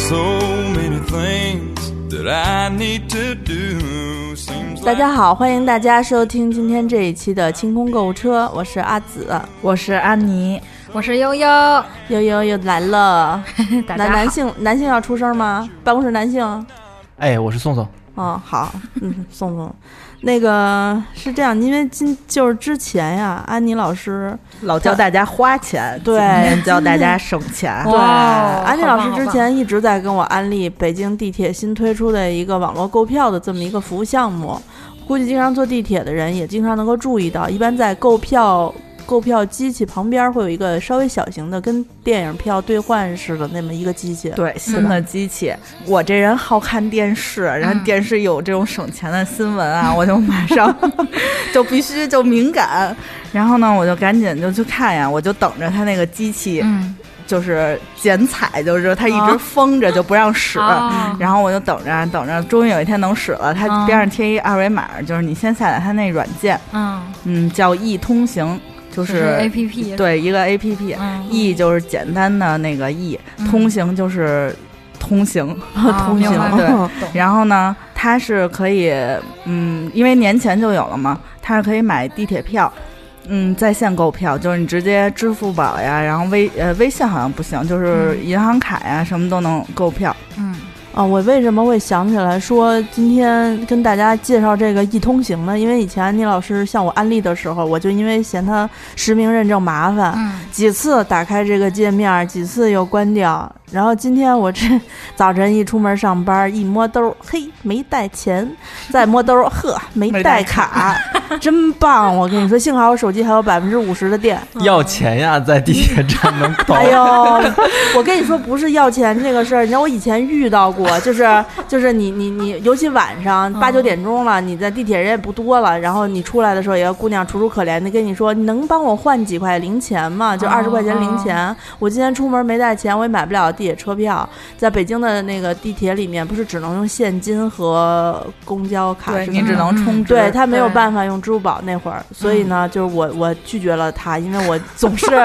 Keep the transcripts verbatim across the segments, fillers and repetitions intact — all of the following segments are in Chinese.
so many things that I need to do. 大家好，欢迎大家收听今天这一期的清空购物车，我是阿紫， 我是安妮， 我是悠悠， 悠悠又来了。 大家好。 男男性男性要出声吗？办公室男性。 哎，我是宋宋。 哦，好，嗯，宋宋，那个是这样，因为今就是之前呀，安妮老师老教大家花钱， 对， 教大家省钱。 对，安妮老师之前一直在跟我安利北京地铁新推出的一个网络购票的这么一个服务项目，估计经常坐地铁的人也经常能够注意到，一般在购票。购票机器旁边会有一个稍微小型的跟电影票兑换似的那么一个机器， 对，新的机器。我这人好看电视，然后电视有这种省钱的新闻啊，嗯、我就马上就必须就敏感，然后呢我就赶紧就去看呀，我就等着它那个机器、嗯、就是剪彩，就是它一直封着就不让使、哦、然后我就等着等着终于有一天能使了，它边上贴一二维码、嗯、就是你先下载它那软件，嗯嗯叫易通行，就是 A P P， 对，一个 A P P， 嗯、 易就是简单的那个易、嗯，通行就是通行， 嗯、 通行、哦、对。然后呢，它是可以，嗯，因为年前就有了嘛，它是可以买地铁票，嗯，在线购票，就是你直接支付宝呀，然后微呃微信好像不行，就是银行卡呀、嗯、什么都能购票， 嗯。 啊，我为什么会想起来说今天跟大家介绍这个易通行呢？因为以前安妮老师向我安利的时候，我就因为嫌它实名认证麻烦、嗯、几次打开这个界面，几次又关掉。然后今天我这早晨一出门上班，一摸兜，嘿，没带钱；再摸兜，呵，没带卡，真棒！我跟你说，幸好我手机还有百分之五十的电。 要钱呀，在地铁站门口。 哎呦，我跟你说，不是要钱这个事儿，你知道我以前遇到过。就是就是你你你，尤其晚上八九点钟了，你在地铁人也不多了，然后你出来的时候，有个姑娘楚楚可怜的跟你说：“你能帮我换几块零钱吗？就二十块钱零钱。哦”我今天出门没带钱，我也买不了地铁车票。在北京的那个地铁里面，不是只能用现金和公交卡， 对你只能充值， 对他没有办法用支付宝那会儿，所以呢，就是我我拒绝了他，因为我总是。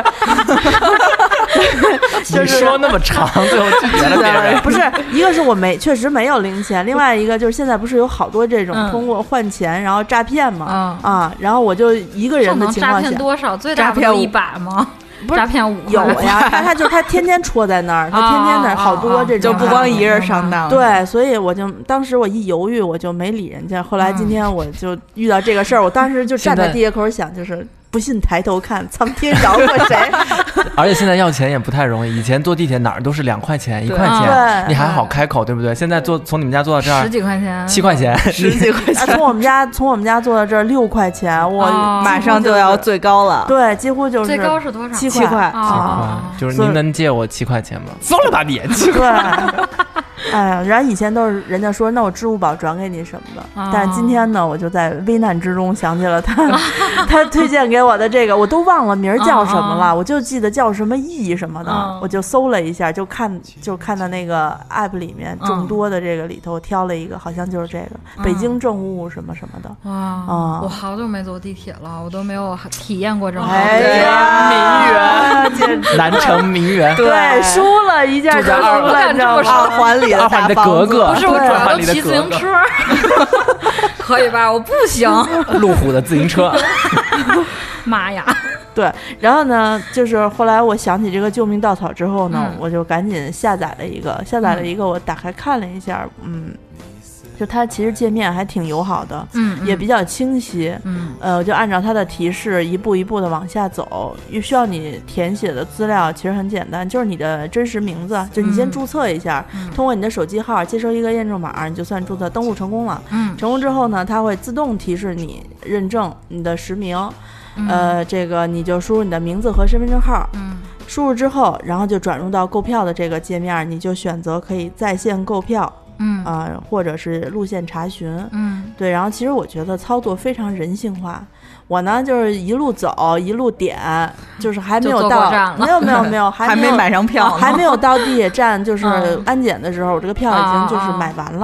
就是、你说那么长，最后拒绝了别人。 不是，一个是我没确实没有零钱，另外一个就是现在不是有好多这种通过换钱、嗯、然后诈骗嘛、嗯、啊，然然后我就一个人的情况下， 诈骗多少？最大不就一百吗？诈骗五有呀，他他就他天天戳在那儿，他天天那儿好多这种， 就不光一人上当。 对，所以我就当时我一犹豫，我就没理人家。后来今天我就遇到这个事儿，我当时就站在地铁口想，就是不信抬头看，苍天饶过谁。 而且现在要钱也不太容易，以前坐地铁哪儿都是两块钱、一块钱，你还好开口，对不对？现在坐从你们家坐到这儿十几块钱， 七块钱， 十几块钱。 从我们家从我们家坐到这儿六块钱，我、 哦、马上就要最高了。 对，几乎就是最高是多少？ 七块，七块， 哦、 就是您能借我七块钱吗？糟了吧你！ 对。哎呀，然后以前都是人家说那我支付宝转给你什么的、哦、但是今天呢我就在危难之中想起了他他推荐给我的这个，我都忘了名叫什么了、哦、我就记得叫什么易什么的、哦、我就搜了一下，就看就看到那个 app 里面众多的这个里头、哦、挑了一个，好像就是这个、嗯、北京政务什么什么的。 哇、哦、我好久没坐地铁了，我都没有体验过这种。 哎呀， 名媛南城名媛， 对，输了一下就输了，你知道吗？ 二环里二环的格格， 不是我主要都骑自行车，可以吧？我不行。 路虎的自行车， 妈呀！ 对，然后呢，就是后来我想起这个救命稻草之后呢、嗯，我就赶紧下载了一个，下载了一个，我打开看了一下，嗯。就它其实界面还挺友好的，嗯，也比较清晰，嗯，呃，就按照它的提示一步一步的往下走，需要你填写的资料其实很简单，就是你的真实名字，就你先注册一下，嗯、通过你的手机号接收一个验证码，你就算注册登录成功了，嗯，成功之后呢，它会自动提示你认证你的实名，嗯、呃，这个你就输入你的名字和身份证号，嗯。输入之后，然后就转入到购票的这个界面，你就选择可以在线购票。嗯啊、呃，或者是路线查询，嗯，对，然后其实我觉得操作非常人性化。我呢就是一路走一路点，就是还没有到，没有没有没有，还没有还没买上票， 还没有到地铁站，就是安检的时候，我这个票已经就是买完了。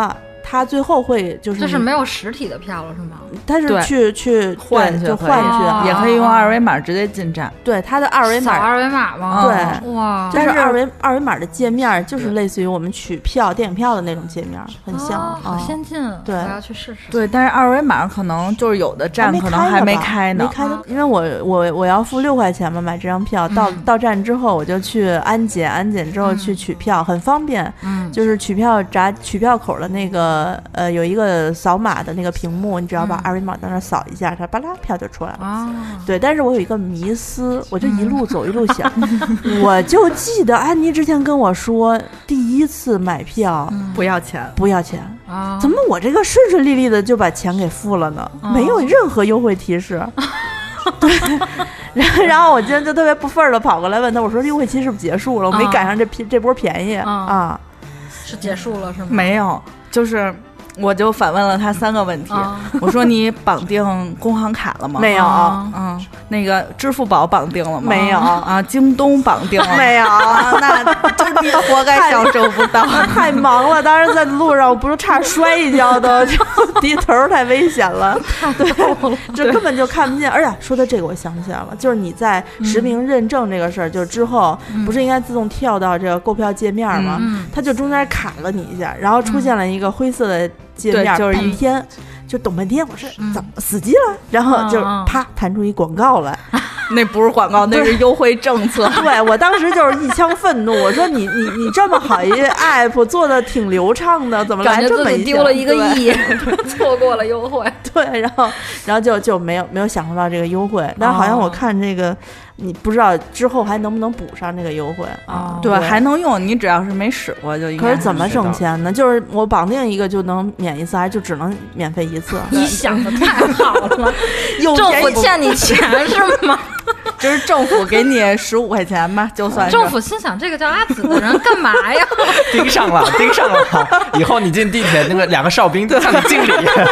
他最后会就是这是没有实体的票了是吗？ 他是去去换去就换去、 哦，也可以用二维码直接进站。 对，他的二维码， 扫二维码吗？ 对， 哇， 但是二维二维码的界面就是类似于我们取票电影票的那种界面，很像， 哦、好先进。 对， 我要去试试。 对，但是二维码可能就是有的站可能还没开呢， 没开呢，因为我我我要付六块钱嘛，买这张票，到、嗯、到站之后我就去安检，安检之后去取票，嗯、很方便。嗯，就是取票闸取票口的那个呃有一个扫码的那个屏幕，你只要把二维码在那扫一下，它巴拉票就出来了。哦，对，但是我有一个迷思，我就一路走一路想，嗯、我就记得安妮之前跟我说，第一次买票、 嗯、不要钱， 不要钱。啊，怎么我这个顺顺利利的就把钱给付了呢？哦、没有任何优惠提示。对，然后然后我今天就特别不忿的跑过来问他，我说优惠期是不是结束了？我没赶上这批、啊、这波便宜、啊、啊， 是结束了是吗？ 没有，就是我就反问了他三个问题，啊、我说你绑定工行卡了吗？ 没有。 嗯、啊，那个支付宝绑定了吗？ 没有。 啊，京东绑定了没有？ 那就你活该享受不到。 太忙了，当时在路上我不是差差一跤都，低头太危险了。对，这根本就看不见。而且说的这个我想起来了，就是你在实名认证这个事儿，嗯、就是之后不是应该自动跳到这个购票界面吗？嗯、它就中间卡了你一下，然后出现了一个灰色的界面，就是一天就等半天，我是怎么死机了？然后就啪弹出一广告来。 那不是广告，那是优惠政策。 对，我当时就是一腔愤怒，我说你你你这么好一 app 做的挺流畅的，怎么来这么一丢了一个亿，错过了优惠。 对，然后然后就就没有没有享受到这个优惠，但是好像我看这个。哦，你不知道之后还能不能补上这个优惠啊？ 对，还能用。你只要是没使过就应该。 可是怎么省钱呢？就是我绑定一个就能免一次，还就只能免费一次？ 你想的太好了，政府欠你钱是吗？ 就是政府给你十五块钱吧，就算是。 政府心想这个叫阿紫的人干嘛呀？ 盯上了，盯上了，以后你进地铁，那个两个哨兵向你敬礼。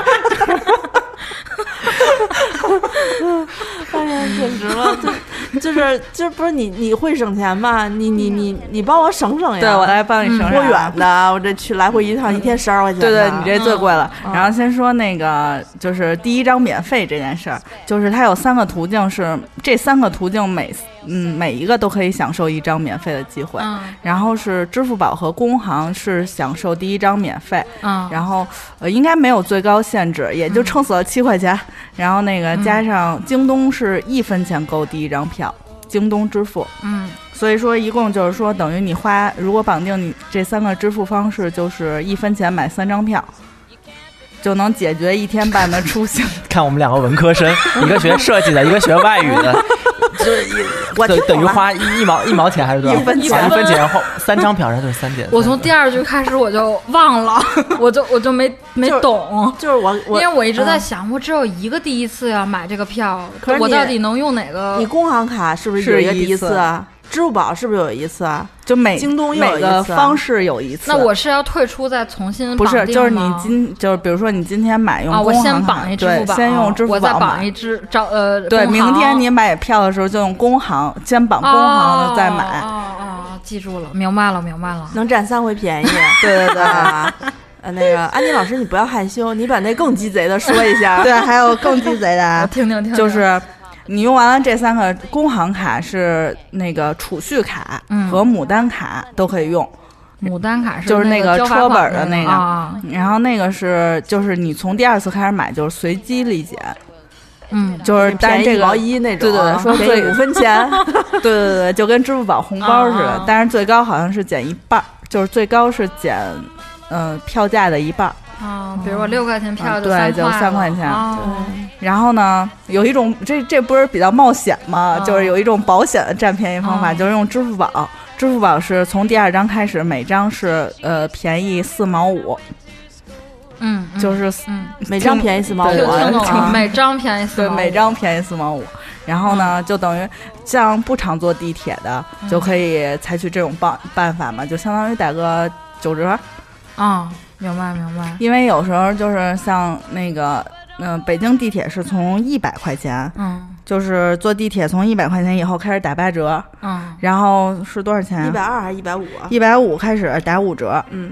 哎呀，简直了！就就是就不是你你会省钱吗？你你你你帮我省省呀！ 对，我来帮你省省。 多远的？我这去来回一趟，一天十二块钱。 对对，你这最贵了。嗯、然后先说那个，就是第一张免费这件事儿，就是它有三个途径，是这三个途径每嗯每一个都可以享受一张免费的机会。嗯、然后是支付宝和工行是享受第一张免费。嗯。然后呃应该没有最高限制，也就撑死了七块钱。嗯、然后那个加上京东是一分钱购第一张票。京东支付，嗯，所以说一共就是说等于你花，如果绑定你这三个支付方式，就是一分钱买三张票，就能解决一天半的出行。 看我们两个文科生，一个学设计的，一个学外语的，就是我等等于花一一毛一毛钱还是多少？ 一分钱， 一分钱后三张票，然后就是三点。 我从第二句开始我就忘了，我就我就没没懂， 就是我我因为我一直在想，我只有一个第一次要买这个票，可是我到底能用哪个？ 你工行卡是不是有一个第一次啊？支付宝是不是有一次啊？ 就每京东有一次、啊、 每个方式有一次。 那我是要退出再重新绑定吗？ 不是，就是你今就是比如说你今天买用工行卡、 啊、我先绑一支付宝， 先用支付宝， 我再绑一支找呃对，明天你买票的时候就用工行，先绑工行的再买。 哦哦哦，记住了，明白了，明白了， 能占三回便宜。 对对对。 呃，那个安妮老师，你不要害羞，你把那更鸡贼的说一下。 对，还有更鸡贼的， 我听听听听， 就是。你用完了这三个，工行卡是那个储蓄卡和牡丹卡都可以用。 嗯、牡丹卡是就是那个车本的那个， 啊、 然后那个是就是你从第二次开始买就是随机立减。 嗯， 就是但是这个毛衣那种， 对对对，说最五分钱， 对对对，就跟支付宝红包似的，啊、但是最高好像是减一半，就是最高是减嗯、呃、票价的一半。 啊、哦，比如我六块钱票就三块、嗯、对，就三块钱。 哦、 然后呢，有一种这这不是比较冒险吗？哦、就是有一种保险的占便宜方法，哦、就是用支付宝。支付宝是从第二张开始，每张是呃便宜四毛五。 嗯， 就是嗯，每张便宜四毛五， 每张便宜四毛五， 对，每张便宜四毛五。然后呢， 嗯、 就等于像不常坐地铁的，嗯、就可以采取这种办办法嘛，就相当于打个九折。 啊、哦。明白明白， 因为有时候就是像那个，嗯、呃，北京地铁是从一百块钱，嗯，就是坐地铁从一百块钱以后开始打八折，嗯，然后是多少钱？ 一百二还是一百五啊？ 一百五开始打五折， 嗯，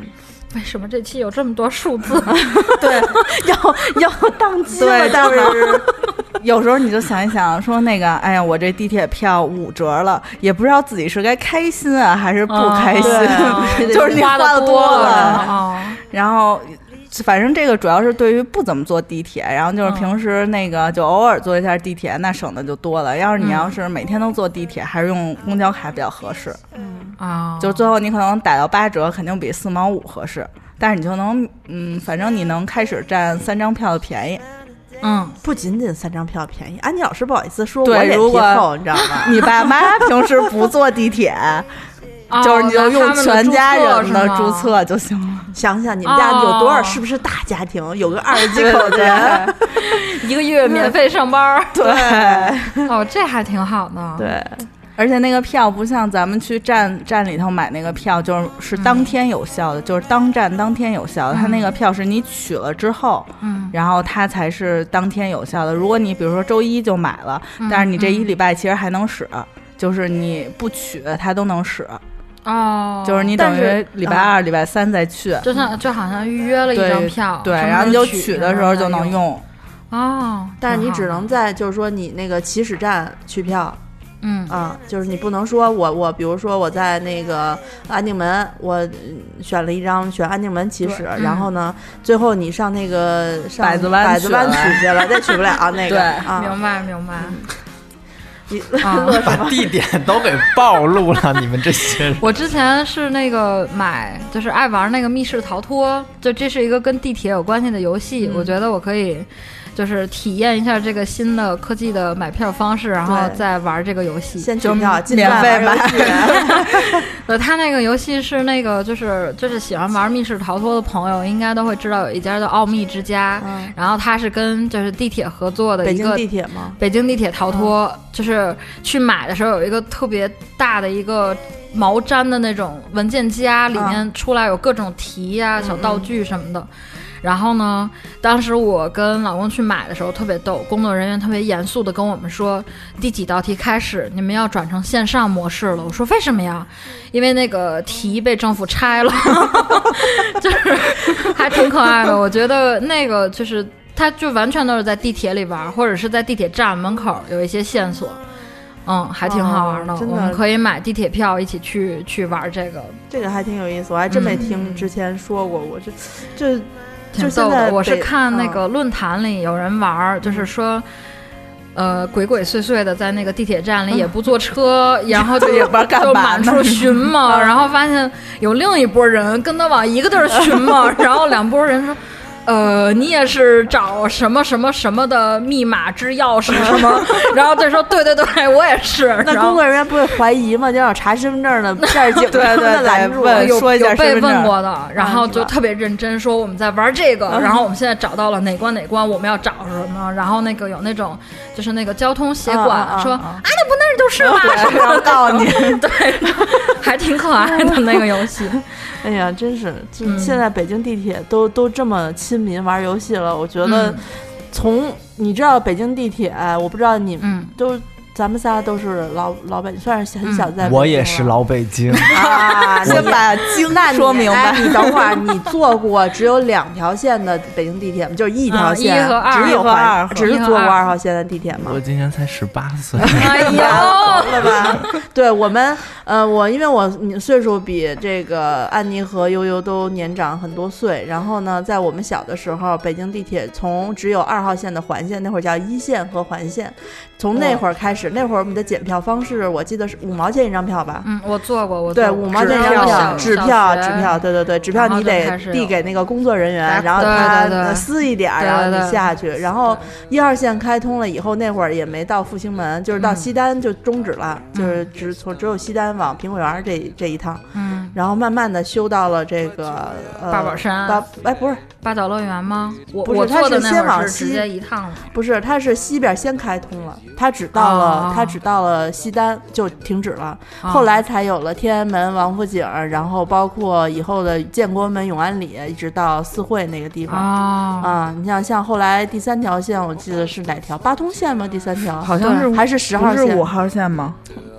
为什么这期有这么多数字？ 对， 要要当机了， 但是有时候你就想一想，说那个，哎呀，我这地铁票五折了，也不知道自己是该开心啊还是不开心， 哦、 就是你花的多了， 哦、 然后。反正这个主要是对于不怎么坐地铁，然后就是平时那个就偶尔坐一下地铁，那省的就多了。要是你要是每天都坐地铁，还是用公交卡比较合适。 嗯啊， 就最后你可能打到八折，肯定比四毛五合适，但是你就能嗯，反正你能开始占三张票的便宜。 嗯，不仅仅三张票便宜，安妮老师不好意思说， 对， 我脸皮厚，你知道吗？ 你爸妈平时不坐地铁。 哦、 就是你就用全家人的注册就行了。 想想你们家有多少，是不是大家庭？哦、有个二十几口的人， 一个月免费上班。 对， 哦，这还挺好的。 对， 而且那个票不像咱们去站站里头买那个票，就是是当天有效的，嗯、就是当站当天有效的。它、嗯、那个票是你取了之后，嗯，然后它才是当天有效的。如果你比如说周一就买了，嗯、但是你这一礼拜其实还能使，嗯、就是你不取它都能使。 哦， 就是你等于礼拜二、礼拜三再去， 就像就好像预约了一张票， 对，对然后你就取的时候就能用。 哦， 但是你只能在就是说你那个起始站取票，嗯啊，就是你不能说我我比如说我在那个安定门，我选了一张选安定门起始，然后呢，最后你上那个上百子湾百子湾取去了，再取不了那个， 对， 啊、 明白明白。 嗯你乐把地点都给暴露了，你们这些人。 我之前是那个买，就是爱玩那个密室逃脱，就这是一个跟地铁有关系的游戏，嗯、我觉得我可以。就是体验一下这个新的科技的买票方式，然后再玩这个游戏。 先取票， 免费买。 呃，他那个游戏是那个，就是就是喜欢玩密室逃脱的朋友，应该都会知道有一家叫奥秘之家，嗯、然后它是跟就是地铁合作的一个北京地铁吗？ 北京地铁逃脱，嗯、就是去买的时候有一个特别大的一个毛毡的那种文件夹，里面出来有各种题呀、啊、嗯、小道具什么的。然后呢，当时我跟老公去买的时候特别逗，工作人员特别严肃的跟我们说，第几道题开始你们要转成线上模式了。我说为什么呀？因为那个题被政府拆了。就是还挺可爱的，我觉得那个就是它就完全都是在地铁里玩，或者是在地铁站门口有一些线索。嗯，还挺好玩的， 哦、真的我们可以买地铁票一起去去玩这个。 这个还挺有意思，我还真没听之前说过。嗯、我这这挺逗的。我是看那个论坛里有人玩，嗯、就是说，呃，鬼鬼祟祟的在那个地铁站里也不坐车，嗯、然后就也不知道干嘛， 就满处寻嘛，然后发现有另一拨人跟他往一个地儿寻嘛，然后两拨人说。呃，你也是找什么什么什么的密码之钥匙什么？然后他说对对对，我也是。 那工作人员不会怀疑吗？就要查身份证的，片警对对拦住， 问说一下有被问过的，然后啊就特别认真说我们在玩这个，嗯、然后我们现在找到了哪关哪关，我们要找什么？然后那个有那种就是那个交通协管、 啊、 说啊， 啊你不那就是吧？ 然后告诉你， 对，还挺可爱的那个游戏。 哎呀，真是，嗯、现在北京地铁都都这么亲民玩游戏了，我觉得从、嗯、你知道北京地铁，我不知道你们都。嗯咱们仨都是老老北，算是很小在北京、 嗯。我也是老北京啊！ 先把京说明白。 你等会儿，你坐过只有两条线的北京地铁吗？就是一条线， 嗯、一和二， 只有二， 只是坐过二号线的地铁吗？ 我今年才十八岁。 哎呀，了吧？对我们，呃，我因为我岁数比这个安妮和悠悠都年长很多岁，然后呢，在我们小的时候，北京地铁从只有二号线的环线，那会儿叫一线和环线，从那会儿开始。那会儿我们的检票方式，我记得是五毛钱一张票吧？ 嗯，我做过，我对五毛钱一张票，纸票，纸票，对对对，纸票你得递给那个工作人员，然后他撕一点，然后你下去。然后一号线开通了以后，那会儿也没到复兴门，就是到西单就终止了， 嗯、 就是只从只有西单往苹果园这这一趟。 嗯， 然后慢慢的修到了这个呃八宝山， 八哎不是八角乐园吗？我不是， 我它是先往西，直接一趟了。 不是，它是西边先开通了，它只到了。哦它只到了西单就停止了，哦、后来才有了天安门、王府井，然后包括以后的建国门、永安里，一直到四惠那个地方。 哦、 啊，你像像后来第三条线，我记得是哪条？八通线吗？第三条好像是还是十号线？ 不是五号线吗？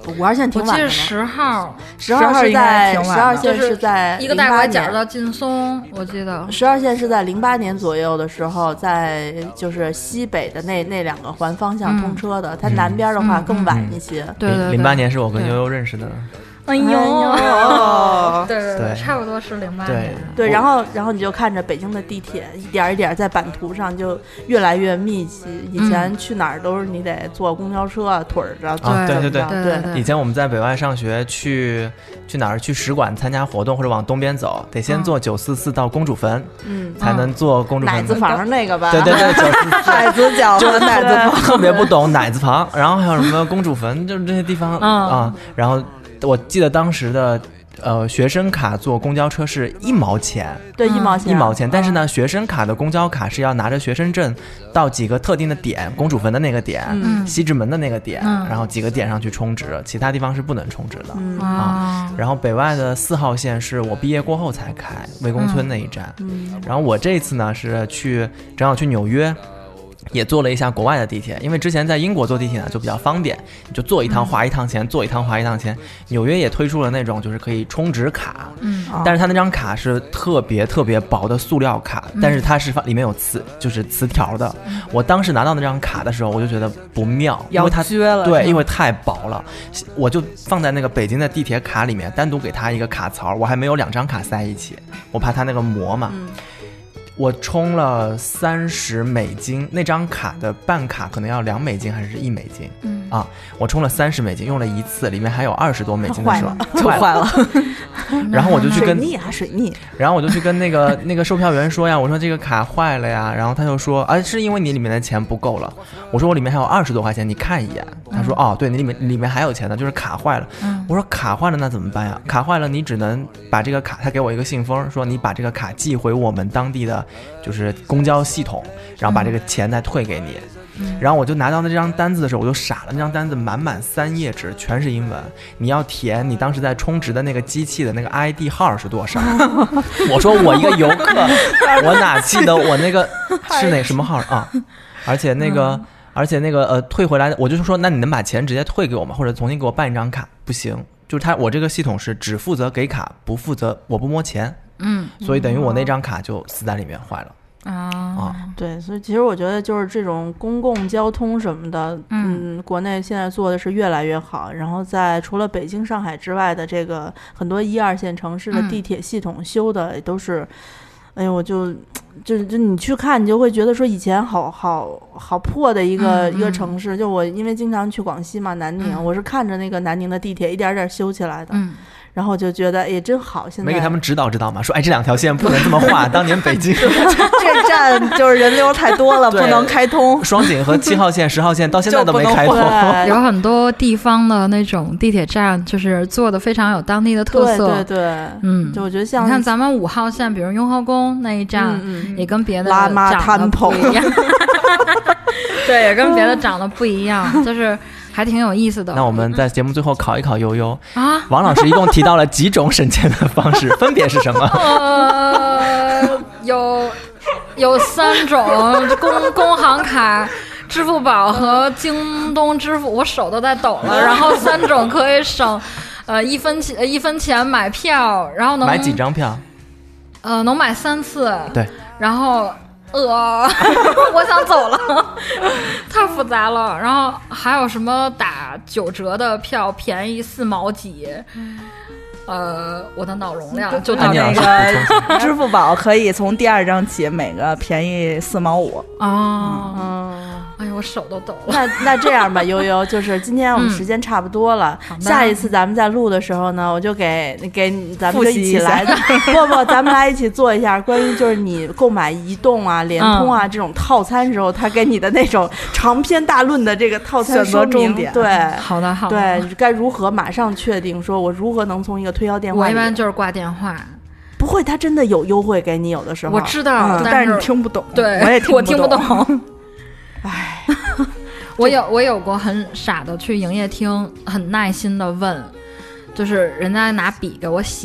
五号线挺晚的。 我记得十号， 十号是在十号线是在一个大拐角到劲松，我记得十号线是在零八年左右的时候，在就是西北的那那两个环方向通车的，嗯、它南边的话更晚一些。 嗯、对对对， 零八年是我跟悠悠认识的。 哎呦， 对对对， 差不多是零八年。对，然后然后你就看着北京的地铁一点一点在版图上就越来越密集。以前去哪儿都是你得坐公交车啊，腿儿着。 啊，对对对对对。 以前我们在北外上学，去去哪儿？去使馆参加活动或者往东边走，得先坐九四四到公主坟，嗯，才能坐公主坟。 奶子房那个吧？ 对对对，九四四。 奶子脚和奶子房， 特别不懂奶子房，然后还有什么公主坟，就是这些地方啊，然后。我记得当时的呃学生卡坐公交车是一毛钱， 对，一毛钱， 一毛钱。但是呢，学生卡的公交卡是要拿着学生证到几个特定的点，公主坟的那个点，嗯、西直门的那个点，嗯、然后几个点上去充值，其他地方是不能充值的、嗯、啊。然后北外的四号线是我毕业过后才开，魏公村那一站。嗯、然后我这次呢是去正好去纽约。也坐了一下国外的地铁，因为之前在英国坐地铁呢就比较方便，你就坐一趟花一趟钱，坐一趟花一趟钱。纽约也推出了那种就是可以充值卡，嗯，但是它那张卡是特别特别薄的塑料卡，嗯、但是它是里面有磁，就是磁条的。嗯、我当时拿到那张卡的时候，我就觉得不妙，因为它了对，因为太薄了，我就放在那个北京的地铁卡里面，单独给它一个卡槽，我还没有两张卡塞一起，我怕它那个膜嘛。嗯，我充了三十美金，那张卡的办卡可能要两美金还是一美金？嗯啊，我充了三十美金，用了一次，里面还有二十多美金的时候就坏了。 然后我就去跟水逆啊水逆， 然后我就去跟那个那个售票员说呀，我说这个卡坏了呀，然后他就说啊，是因为你里面的钱不够了。我说我里面还有二十多块钱，你看一眼。他说哦，对，你里面里面还有钱呢，就是卡坏了。嗯、我说卡坏了那怎么办呀？卡坏了你只能把这个卡，他给我一个信封，说你把这个卡寄回我们当地的。就是公交系统，然后把这个钱再退给你。嗯、然后我就拿到那张单子的时候，我就傻了。那张单子满满三页纸，全是英文。你要填你当时在充值的那个机器的那个 I D 号是多少？我说我一个游客，我哪记得我那个是哪什么号啊？而且那个，嗯、而且那个呃，退回来的，我就是说，那你能把钱直接退给我吗？或者重新给我办一张卡？不行，就是他，我这个系统是只负责给卡，不负责我不摸钱。嗯，所以等于我那张卡就死在里面坏了。 啊、哦，对，所以其实我觉得就是这种公共交通什么的，嗯，嗯国内现在做的是越来越好。然后在除了北京、上海之外的这个很多一二线城市的地铁系统修的都是，嗯、哎呦，我就就就你去看，你就会觉得说以前好好好破的一个、嗯、一个城市。就我因为经常去广西嘛，南宁，嗯、我是看着那个南宁的地铁一点点修起来的。嗯。然后就觉得也真好，现在没给他们指导指导嘛，说哎这两条线不能这么画。当年北京这站就是人流太多了，不能开通。 双井和七号线、十号线到现在都没开通。 有很多地方的那种地铁站，就是做的非常有当地的特色。 对对对，嗯，就我觉得像你看咱们五号线，比如雍和宫那一站，嗯、也跟别的拉玛长得不一样。对，也跟别的长得不一样，就是还挺有意思的。 那我们在节目最后考一考悠悠啊，王老师一共提到了几种省钱的方式，分别是什么？ 呃，有有三种，工工行卡、支付宝和京东支付，我手都在抖了。然后三种可以省，呃，一分钱一分钱买票，然后能买几张票？ 呃，能买三次。 对， 然后。呃，我想走了，太复杂了。然后还有什么打九折的票，便宜四毛几？呃，我的脑容量就到那个支付宝可以从第二张起，每个便宜四毛五。 哦，嗯，哎呀，我手都抖了。 那那这样吧，悠悠，就是今天我们时间差不多了，嗯、下一次咱们在录的时候呢，我就给给咱们就一起来的，不不，咱们来一起做一下关于就是你购买移动啊、联通啊、嗯、这种套餐时候，他给你的那种长篇大论的这个套餐说明， 重点。 对， 好的好的， 对，该如何马上确定，说我如何能从一个推销电话， 我一般就是挂电话。 不会，他真的有优惠给你，有的时候我知道， 嗯、但是你听不懂。 对， 我也听不懂。 我听不懂。 唉， 我有我有过很傻的去营业厅，很耐心的问，就是人家拿笔给我写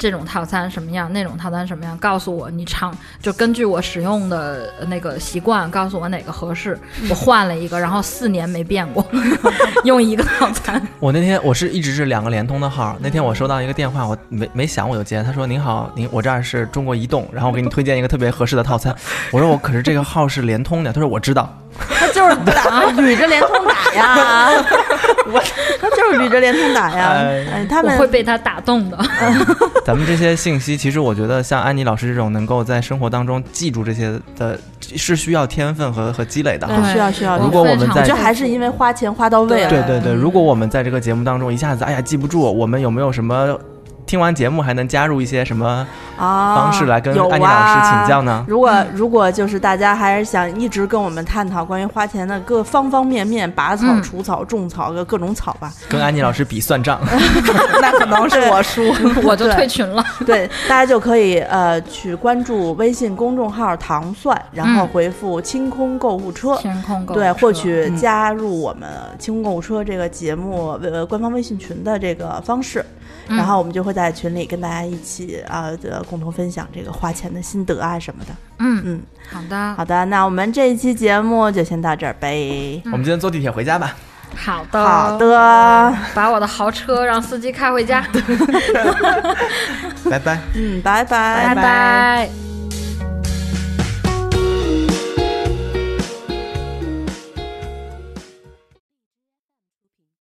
这种套餐什么样，那种套餐什么样，告诉我你常就根据我使用的那个习惯，告诉我哪个合适。我换了一个，然后四年没变过，用一个套餐。 我那天我是一直是两个联通的号，那天我收到一个电话，我没没想我就接，他说您好，您我这儿是中国移动，然后我给你推荐一个特别合适的套餐。我说我可是这个号是联通的，他说我知道。 他就是打捋着联通打呀，我他就是捋着联通打呀。哎，他们我会被他打动的。 咱们这些信息，其实我觉得像安妮老师这种能够在生活当中记住这些的，是需要天分和和积累的。 对，需要需要。 如果我们在， 我觉得还是因为花钱花到位了。 对对对，如果我们在这个节目当中一下子哎呀记不住，我们有没有什么？听完节目还能加入一些什么方式来跟安妮老师请教呢？ 啊、如果如果就是大家还是想一直跟我们探讨关于花钱的各方方面面，拔草、 嗯、 除草、种草各各种草吧， 跟安妮老师比算账， 那可能是我输， 我就退群了。 对，大家就可以呃去关注微信公众号糖蒜，然后回复清空购物车， 清空购物车， 对，获取加入我们清空购物车这个节目呃官方微信群的这个方式。然后我们就会在群里跟大家一起啊、呃，共同分享这个花钱的心得啊什么的。 嗯嗯， 好的好的，那我们这一期节目就先到这儿呗。 我们今天坐地铁回家吧。 好的， 好的， 把我的豪车让司机开回家。 拜拜。 嗯，拜拜， 拜拜。